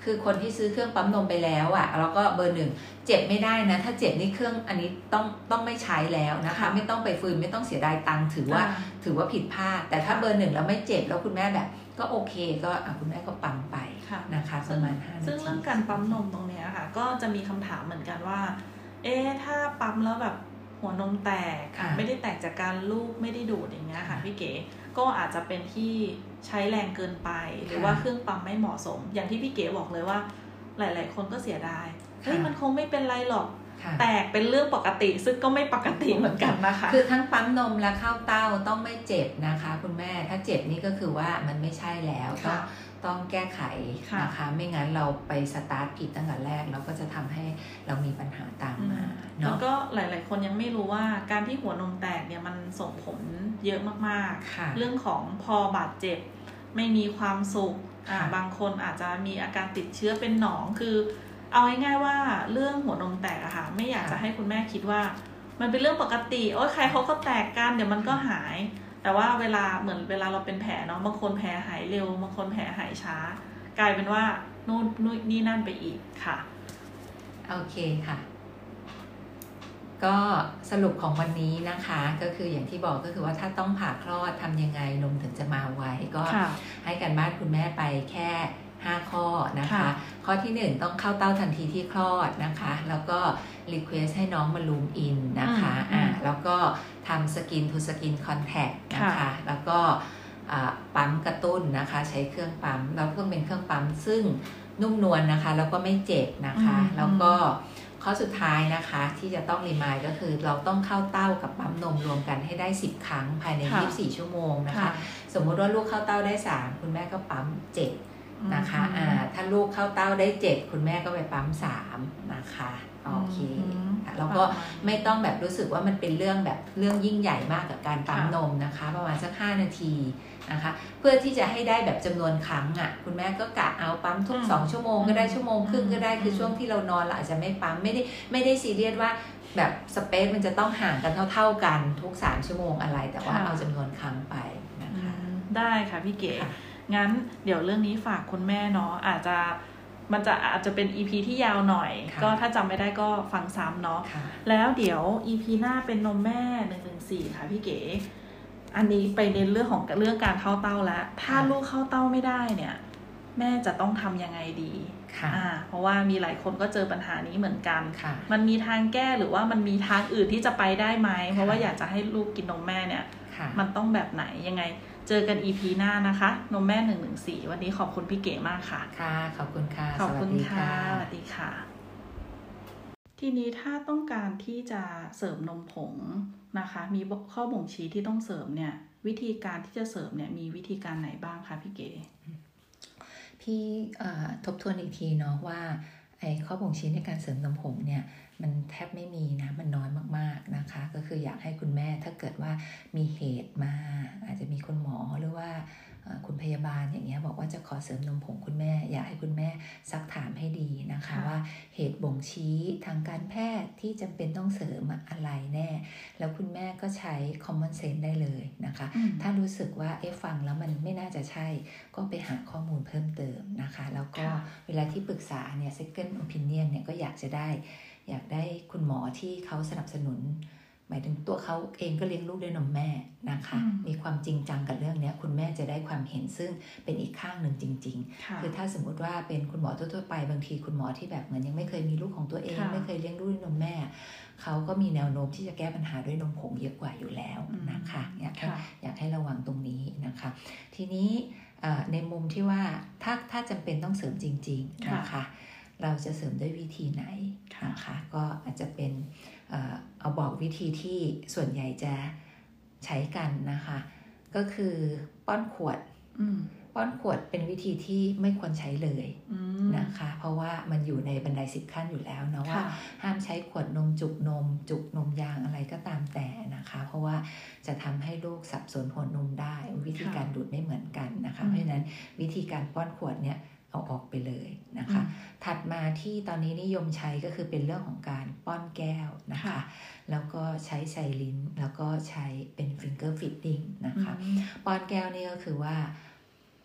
คือคนที่ซื้อเครื่องปั๊มนมไปแล้วอ่ะแล้วก็เบอร์หนึ่งเจ็บไม่ได้นะถ้าเจ็บนี่เครื่องอันนี้ต้องต้องไม่ใช้แล้วนะคะไม่ต้องไปฟื้นไม่ต้องเสียดายตังค์ถือว่าถือว่าผิดพลาดแต่ถ้าเบอร์หนึ่งแล้วไม่เจ็บแล้วคุณแม่แบบก็โอเคก็คุณแม่ก็ปั๊มไปนะคะประมาณห้านาที
ซึ่งเรื่องการปั๊มนมตรงนี้ค่ะก็จะมีคำถามเหมือนกันว่าเอ๊ะถ้าปั๊มแล้วแบบหัวนมแตกไม่ได้แตกจากการลูกไม่ได้ดูดอย่างเงี้ยค่ะพี่เก๋ก็อาจจะเป็นที่ใช้แรงเกินไปหรือว่าเครื่องปั๊มไม่เหมาะสมอย่างที่พี่เก๋บอกเลยว่าหลายๆคนก็เสียดายเฮ้ยมันคงไม่เป็นไรหรอกแตกเป็นเรื่องปกติซึ่งก็ไม่ปกติเหมือนกันนะคะ
คือทั้งปั๊มนมและเข้าเต้าต้องไม่เจ็บนะคะคุณแม่ถ้าเจ็บนี่ก็คือว่ามันไม่ใช่แล้วต้องต้องแก้ไขนะคะไม่งั้นเราไปสตาร์ทผิดตั้งแต่แรกเราก็จะทำให้เรามีปัญหาตามมา
แล้วก็หลายๆคนยังไม่รู้ว่าการที่หัวนมแตกเนี่ยมันส่งผลเยอะมากๆเรื่องของพอบาดเจ็บไม่มีความสุขบางคนอาจจะมีอาการติดเชื้อเป็นหนองคือเอาง่ายๆว่าเรื่องหัวนมแตกอะค่ะไม่อยากจะให้คุณแม่คิดว่ามันเป็นเรื่องปกติโอ๊ยใครเขาก็แตกกันเดี๋ยวมันก็หายแต่ว่าเวลาเหมือนเวลาเราเป็นแผลเนาะบางคนแผลหายเร็วบางคนแผลหายช้ากลายเป็นว่านู่นนู่นนี่นั่นไปอีกค่ะ
โอเคค่ะก็สรุปของวันนี้นะคะก็คืออย่างที่บอกก็คือว่าถ้าต้องผ่าคลอดทำยังไงนมถึงจะมาไวก็ให้กันบ้านคุณแม่ไปแค่ห้าข้อนะคะข้อที่หนึ่งต้องเข้าเต้าทันทีที่คลอดนะคะแล้วก็รีเควสให้น้องมาลูมอินนะคะอ่าแล้วก็ทำสกินทูสกินคอนแทคนะคะแล้วก็ปั๊มกระตุ้นนะคะใช้เครื่องปั๊มแล้วก็เป็นเครื่องปั๊มซึ่งนุ่มนวลนะคะแล้วก็ไม่เจ็บนะคะแล้วก็ข้อสุดท้ายนะคะที่จะต้องรีมายก็คือเราต้องเข้าเต้ากับปั๊มนมรวมกันให้ได้สิบครั้งภายในยี่สิบสี่ชั่วโมงนะคะสมมุติว่าลูกเข้าเต้าได้สามคุณแม่ก็ปั๊มเจ็ดนะคะอ่าถ้าลูกเข้าเต้าได้เจ็ดคุณแม่ก็ไปปั๊มสามนะคะโอเคแล้วก็ไม่ต้องแบบรู้สึกว่ามันเป็นเรื่องแบบเรื่องยิ่งใหญ่มากกับการปั๊มนมนะคะประมาณสักห้านาทีนะคะเพื่อที่จะให้ได้แบบจำนวนครั้งอ่ะคุณแม่ก็กะเอาปั๊มทุกสองชั่วโมงก็ได้ชั่วโมงครึ่งก็ได้คือช่วงที่เรานอนเราอาจจะไม่ปั๊มไม่ได้ไม่ได้ซีเรียสว่าแบบสเปซมันจะต้องห่างกันเท่าๆกันทุกสามชั่วโมงอะไรแต่ว่าเอาจำนวนครั้งไปนะคะ
ได้ค่ะพี่เก๋งั้นเดี๋ยวเรื่องนี้ฝากคุณแม่เนาะอาจจะมันจะอาจจะเป็น อี พี ที่ยาวหน่อยก็ถ้าจำไม่ได้ก็ฟังซ้ำเนาะแล้วเดี๋ยว อี พี หน้าเป็นนมแม่หนึ่งหนึ่งสี่ค่ะพี่เก๋อันนี้ไปเน้นเรื่องของเรื่องการเข้าเต้าแล้วถ้าลูกเข้าเต้าไม่ได้เนี่ยแม่จะต้องทำยังไงดีอ่าเพราะว่ามีหลายคนก็เจอปัญหานี้เหมือนกันมันมีทางแก้หรือว่ามันมีทางอื่นที่จะไปได้ไหมเพราะว่าอยากจะให้ลูกกินนมแม่เนี่ยมันต้องแบบไหนยังไงเจอกัน อี พี หน้านะคะนมแม่หนึ่งหนึ่งสี่วันนี้ขอบคุณพี่เก๋มากค่ะ
ค่ะขอบคุณค่ะ
ขอบคุณค่ะสวัสดีค่ะทีนี้ถ้าต้องการที่จะเสริมนมผงนะคะมีข้อบ่งชี้ที่ต้องเสริมเนี่ยวิธีการที่จะเสริมเนี่ยมีวิธีการไหนบ้างคะพี่เก๋
พี่ทบทวนอีกทีเนาะว่าไอ้ข้อบ่งชี้ในการเสริมนมผงเนี่ยมันแทบไม่มีนะมันน้อยมากๆนะคะก็คืออยากให้คุณแม่ถ้าเกิดว่ามีเหตุมาอาจจะมีคุณหมอหรือว่าคุณพยาบาลอย่างเงี้ยบอกว่าจะขอเสริมนมผงคุณแม่อยากให้คุณแม่ซักถามให้ดีนะคะว่าเหตุบ่งชี้ทางการแพทย์ที่จำเป็นต้องเสริมอะไรแน่แล้วคุณแม่ก็ใช้ common sense ได้เลยนะคะถ้ารู้สึกว่าเอ๊ะฟังแล้วมันไม่น่าจะใช่ก็ไปหาข้อมูลเพิ่มเติมนะคะแล้วก็เวลาที่ปรึกษาเนี่ย second opinion เนี่ยก็อยากจะได้อยากได้คุณหมอที่เขาสนับสนุนหมายถึงตัวเขาเองก็เลี้ยงลูกด้วยนมแม่นะคะมีความจริงจังกับเรื่องนี้คุณแม่จะได้ความเห็นซึ่งเป็นอีกข้างหนึ่งจริงๆคือถ้าสมมติว่าเป็นคุณหมอทั่วๆไปบางทีคุณหมอที่แบบเหมือนยังไม่เคยมีลูกของตัวเองไม่เคยเลี้ยงลูกด้วยนมแม่เขาก็มีแนวโน้มที่จะแก้ปัญหาด้วยนมผงเยอะกว่าอยู่แล้วนะคะอยากให้อยากให้ระวังตรงนี้นะคะทีนี้ในมุมที่ว่าถ้าถ้าจำเป็นต้องเสริมจริงๆนะคะเราจะเสริมด้วยวิธีไหนนะคะก็อาจจะเป็นเอาบอกวิธีที่ส่วนใหญ่จะใช้กันนะคะก็คือป้อนขวดป้อนขวดเป็นวิธีที่ไม่ควรใช้เลยนะคะเพราะว่ามันอยู่ในบันไดสิบขั้นอยู่แล้วนะว่าห้ามใช้ขวดนมจุกนมจุกนมยางอะไรก็ตามแต่นะคะเพราะว่าจะทำให้ลูกสับสนหัวนมได้วิธีการดูดไม่เหมือนกันนะคะเพราะฉะนั้นวิธีการป้อนขวดเนี่ยเอาออกไปเลยนะคะถัดมาที่ตอนนี้นิยมใช้ก็คือเป็นเรื่องของการป้อนแก้วนะคะแล้วก็ใช้ไซลินแล้วก็ใช้เป็นฟิงเกอร์ฟิตติ้งนะคะป้อนแก้วนี่ก็คือว่า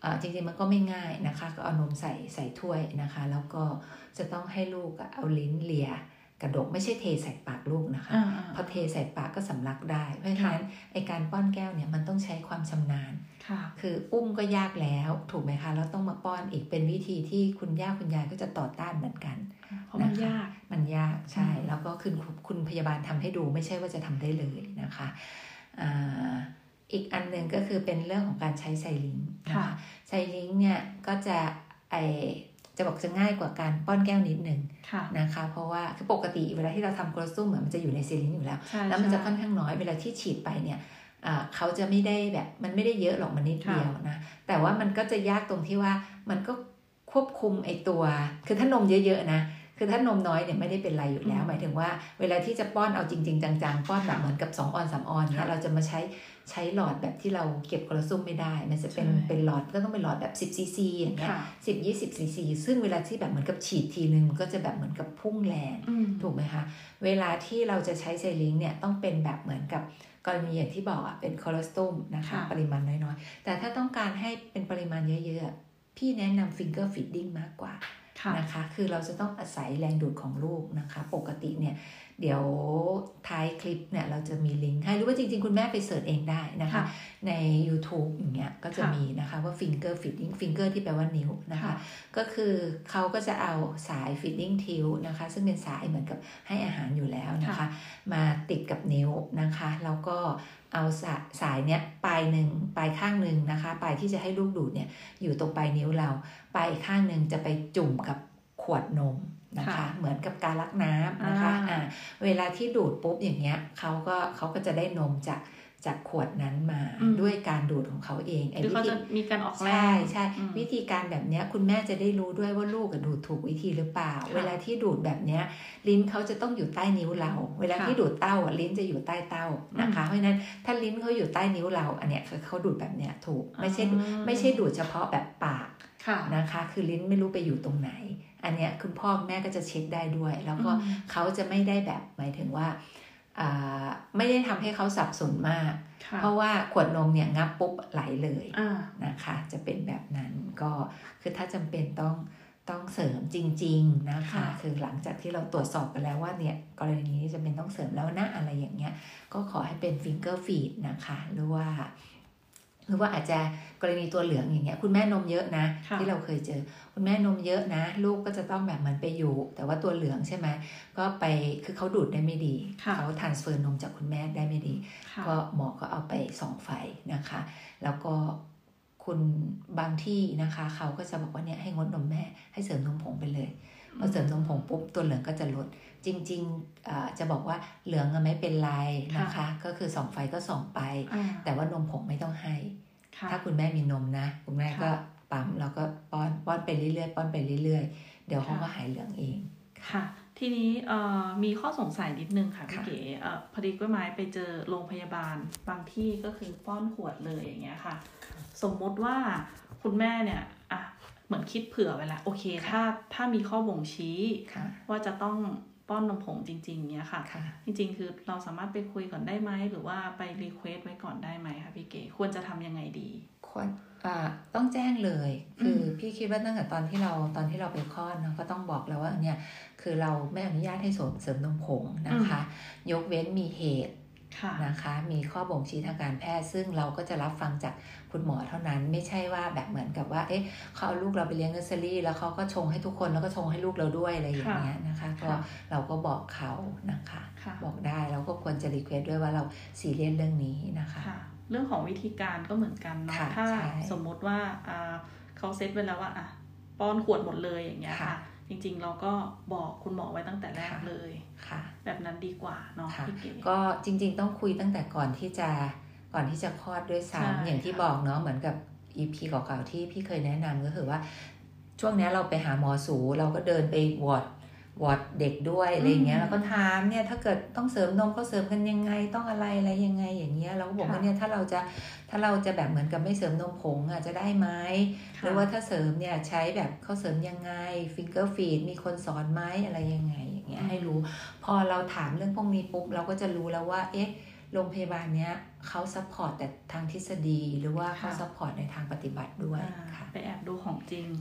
จริงๆมันก็ไม่ง่ายนะคะก็เอานมใส่ใส่ถ้วยนะคะแล้วก็จะต้องให้ลูกเอาลิ้นเลียกระดกไม่ใช่เทใส่ปากลูกนะคะพอเทใส่ปากก็สำลักได้เพราะฉะนั้นไอการป้อนแก้วเนี่ยมันต้องใช้ความชำนาญคืออุ้มก็ยากแล้วถูกไหมคะแล้วต้องมาป้อนอีกเป็นวิธีที่คุณย่าคุณยายก็จะต่อต้านเหมือนกัน
เพราะมันยาก
มันยากใช่แล้วก็คือคุณพยาบาลทำให้ดูไม่ใช่ว่าจะทำได้เลยนะคะอ่าอีกอันหนึ่งก็คือเป็นเรื่องของการใช้ไซลิงนะคะไซลิงเนี่ยก็จะไอจะบอกจะง่ายกว่าการป้อนแก้วนิดนึงนะคะเพราะว่าคือปกติเวลาที่เราทำโคลอสตุมมันจะอยู่ในไซลิงอยู่แล้วแล้วมันจะค่อนข้างน้อยเวลาที่ฉีดไปเนี่ยเขาจะไม่ได้แบบมันไม่ได้เยอะหรอกมันนิดเดียวนะแต่ว่ามันก็จะยากตรงที่ว่ามันก็ควบคุมไอตัวคือถ้านมเยอะๆนะคือถ้านมน้อยเนี่ยไม่ได้เป็นไรอยู่แล้วหมายถึงว่าเวลาที่จะป้อนเอาจริงๆจังๆป้อนแบบเหมือนกับสองออนสามออนเนี่ยเราจะมาใช้ใช้หลอดแบบที่เราเก็บโคลอสตุมไม่ได้มันจะเป็นเป็นหลอดก็ต้องเป็นหลอดแบบสิบซีซีอย่างเงี้ยสิบ ยี่สิบซีซีซึ่งเวลาที่แบบเหมือนกับฉีดทีนึงมันก็จะแบบเหมือนกับพุ่งแรงถูกไหมคะเวลาที่เราจะใช้ไซลิงเนี่ยต้องเป็นแบบเหมือนกับกรณีอย่างที่บอกอ่ะเป็นโคลอสตุมนะคะปริมาณน้อยๆแต่ถ้าต้องการให้เป็นปริมาณเยอะๆพี่แนะนำฟิงเกอร์ฟีดดิ้งมากกว่านะคะคือเราจะต้องอาศัยแรงดูดของลูกนะคะปกติเนี่ยเดี๋ยวท้ายคลิปเนี่ยเราจะมีลิงก์ให้หรือว่าจริงๆคุณแม่ไปเสิร์ชเองได้นะคะใน YouTube อย่างเงี้ยก็จะมีนะคะว่า finger feeding finger ที่แปลว่านิ้วนะคะก็คือเขาก็จะเอาสาย feeding tube นะคะซึ่งเป็นสายเหมือนกับให้อาหารอยู่แล้วนะคะมาติดกับนิ้วนะคะแล้วก็เอาสายเนี้ยปลายหนึ่งปลายข้างหนึ่งนะคะปลายที่จะให้ลูกดูดเนี่ยอยู่ตรงปลายนิ้วเราปลายข้างหนึ่งจะไปจุ่มกับขวดนมนะคะเหมือนกับการลักน้ำนะคะอ่าเวลาที่ดูดปุ๊บอย่างเงี้ยเขาก็เขาก็จะได้นมจากจากขวดนั้นมาด้วยการดูดของเขาเอง
ไอ้วิธีมีการออกแรง
ใช่ใช่วิธีการแบบเนี้ยคุณแม่จะได้รู้ด้วยว่าลูกดูดถูกวิธีหรือเปล่าเวลาที่ดูดแบบเนี้ยลิ้นเขาจะต้องอยู่ใต้นิ้วเราเวลาที่ดูดเต้าอ่ะลิ้นจะอยู่ใต้เต้านะคะเพราะฉะนั้นถ้าลิ้นเขาอยู่ใต้นิ้วเราอันเนี้ยเขาดูดแบบเนี้ยถูกไม่ใช่ไม่ใช่ดูดเฉพาะแบบปากนะคะคือลิ้นไม่รู้ไปอยู่ตรงไหนอันเนี้ยคุณพ่อแม่ก็จะเช็คได้ด้วยแล้วก็เขาจะไม่ได้แบบหมายถึงว่าไม่ได้ทำให้เขาสับสนมากเพราะว่าขวดนมเนี่ยงับปุ๊บไหลเลยนะคะจะเป็นแบบนั้นก็คือถ้าจำเป็นต้องต้องเสริมจริงๆนะคะคือหลังจากที่เราตรวจสอบไปแล้วว่าเนี่ยกรณีนี้จะเป็นต้องเสริมแล้วนะอะไรอย่างเงี้ยก็ขอให้เป็นฟิงเกอร์ฟีดนะคะหรือว่าหรือว่าอาจจะกรณีตัวเหลืองอย่างเงี้ยคุณแม่นมเยอะนะที่เราเคยเจอคุณแม่นมเยอะนะลูกก็จะต้องแบบเหมือนไปอยู่แต่ว่าตัวเหลืองใช่ไหมก็ไปคือเขาดูดได้ไม่ดีเขาทรานสเฟอร์นมจากคุณแม่ได้ไม่ดีก็หมอก็เอาไปส่องไฟนะคะแล้วก็คุณบางที่นะคะเขาก็จะบอกว่าเนี่ยให้งดนมแม่ให้เสริมนมผงไปเลยพอเสริมนมผงปุ๊บตัวเหลืองก็จะลดจริงๆจะบอกว่าเหลืองไม่เป็นไรนะคะก็คือส่องไฟก็ส่องไปแต่ว่านมผงไม่ต้องให้ถ้าคุณแม่มีนมนะคุณแม่ก็ปั๊มแล้วก็ป้อนป้อนไปเรื่อยๆป้อนไปเรื่อยๆเดี๋ยวเขาก็หายเหลืองเอง
ค่ะทีนี้มีข้อสงสัยนิดนึงค่ะพี่เก๋พอดีกล้วยไม้ไปเจอโรงพยาบาลบางที่ก็คือป้อนขวดเลยอย่างเงี้ยค่ะสมมติว่าคุณแม่เนี่ยอ่ะเหมือนคิดเผื่อไว้แล้วโอเคถ้าถ้ามีข้อบ่งชี้ว่าจะต้องป้อนนมผงจริงๆเนี้ยค่ะจริงๆคือเราสามารถไปคุยก่อนได้ไหมหรือว่าไปรีเควสไว้ก่อนได้ไหมคะพี่เก๋ควรจะทำยังไงดี
ควรต้องแจ้งเลยคือพี่คิดว่าตั้งแต่ตอนที่เราตอนที่เราไปคลอดเนาะก็ต้องบอกแล้วว่าเนี่ยคือเราไม่อนุญาตให้เสริมนมผงนะคะยกเว้นมีเหตุนะคะมีข้อบ่งชี้ทางการแพทย์ซึ่งเราก็จะรับฟังจากคุณหมอเท่านั้นไม่ใช่ว่าแบบเหมือนกับว่าเอ๊ะเขาเอาลูกเราไปเลี้ยงเนอร์เซอรี่แล้วเขาก็ชงให้ทุกคนแล้วก็ชงให้ลูกเราด้วยอะไรอย่างเงี้ยนะคะก็เราก็บอกเขานะคะบอกได้เราก็ควรจะรีเควสด้วยว่าเราซีเรียสเรื่องนี้นะคะ
เรื่องของวิธีการก็เหมือนกันเนาะถ้าสมมติว่าเขาเซตไว้แล้วว่าอ่ะป้อนขวดหมดเลยอย่างเงี้ยค่ะจริงๆเราก็บอกคุณหมอไว้ตั้งแต่แรกเลยแบบนั้นดีกว่าเนาะพี่เก๋
ก็จริงๆต้องคุยตั้งแต่ก่อนที่จะก่อนที่จะคลอดด้วยซ้ำอย่างที่บอกเนาะเหมือนกับ อี พี เก่าๆที่พี่เคยแนะนำก็คือว่าช่วงนี้เราไปหาหมอสูเราก็เดินไปวอร์ดวอร์ดเด็กด้วยอะไรเงี้ยแล้วก็ถามเนี่ยถ้าเกิดต้องเสริมนมเขาเสริมกันยังไงต้องอะไรอะไรยังไงอย่างเงี้ยเราก็บอกว่าเนี่ยถ้าเราจะถ้าเราจะแบบเหมือนกับไม่เสริมนมผงอ่ะจะได้ไหมหรือว่าถ้าเสริมเนี่ยใช้แบบเขาเสริมยังไงฟิงเกอร์ฟีดมีคนสอนไหมอะไรยังไงอย่างเงี้ยให้รู้พอเราถามเรื่องพวกนี้ปุ๊บเราก็จะรู้แล้วว่าเอ๊ะโรงพยาบาลเนี้ยเขาซัพพอร์ตแต่ทางทฤษฎีหรือว่าเขาซัพพอร์ตในทางปฏิบัติด้วยค่ะ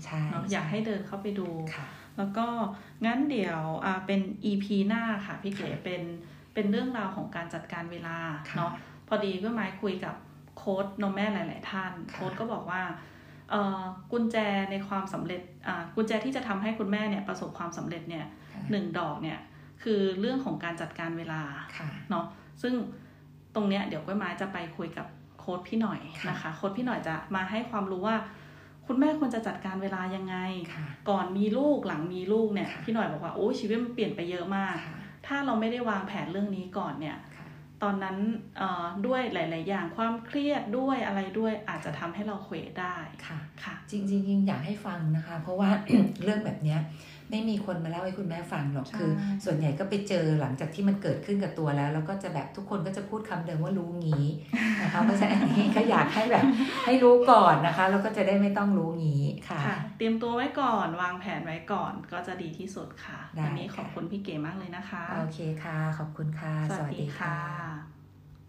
เนาะอยากให้เดินเข้าไปดูแล้วก็งั้นเดี๋ยวเป็น อี พี หน้าค่ะพี่เก๋เป็นเป็นเรื่องราวของการจัดการเวลาเนาะพอดีก็มาคุยกับโค้ชนมแม่หลายๆท่านโค้ชก็บอกว่ากุญแจในความสำเร็จกุญแจที่จะทำให้คุณแม่เนี่ยประสบความสำเร็จเนี่ยหนึ่งดอกเนี่ยคือเรื่องของการจัดการเวลาเนาะซึ่งตรงเนี้ยเดี๋ยวก้อยไม้จะไปคุยกับโค้ชพี่หน่อยนะคะโค้ชพี่หน่อยจะมาให้ความรู้ว่าคุณแม่ควรจะจัดการเวลายังไงก่อนมีลูกหลังมีลูกเนี่ยพี่หน่อยบอกว่าโอ้ชีวิตมันเปลี่ยนไปเยอะมากถ้าเราไม่ได้วางแผนเรื่องนี้ก่อนเนี่ยตอนนั้นด้วยหลายๆอย่างความเครียดด้วยอะไรด้วยอาจจะทำให้เราเขวได้
ค่ะค่ะจริงๆอยากให้ฟังนะคะเพราะว่า เรื่องแบบนี้ไม่มีคนมาเล่าให้คุณแม่ฟังหรอกคือส่วนใหญ่ก็ไปเจอหลังจากที่มันเกิดขึ้นกับตัวแล้วแล้วก็จะแบบทุกคนก็จะพูดคำเดิมว่ารู้งี้นะคะเพราะฉะนั้นอันนี้ก็อยากให้แบบให้รู้ก่อนนะคะแล้วก็จะได้ไม่ต้องรู้งี้ค่ะ
เตรียมตัวไว้ก่อนวางแผนไว้ก่อนก็จะดีที่สุดค่ะวันนี้ขอบคุณพี่เก๋มากเลยนะคะ
โอเคค่ะขอบคุณค่ะ
สวัสดีค่ะ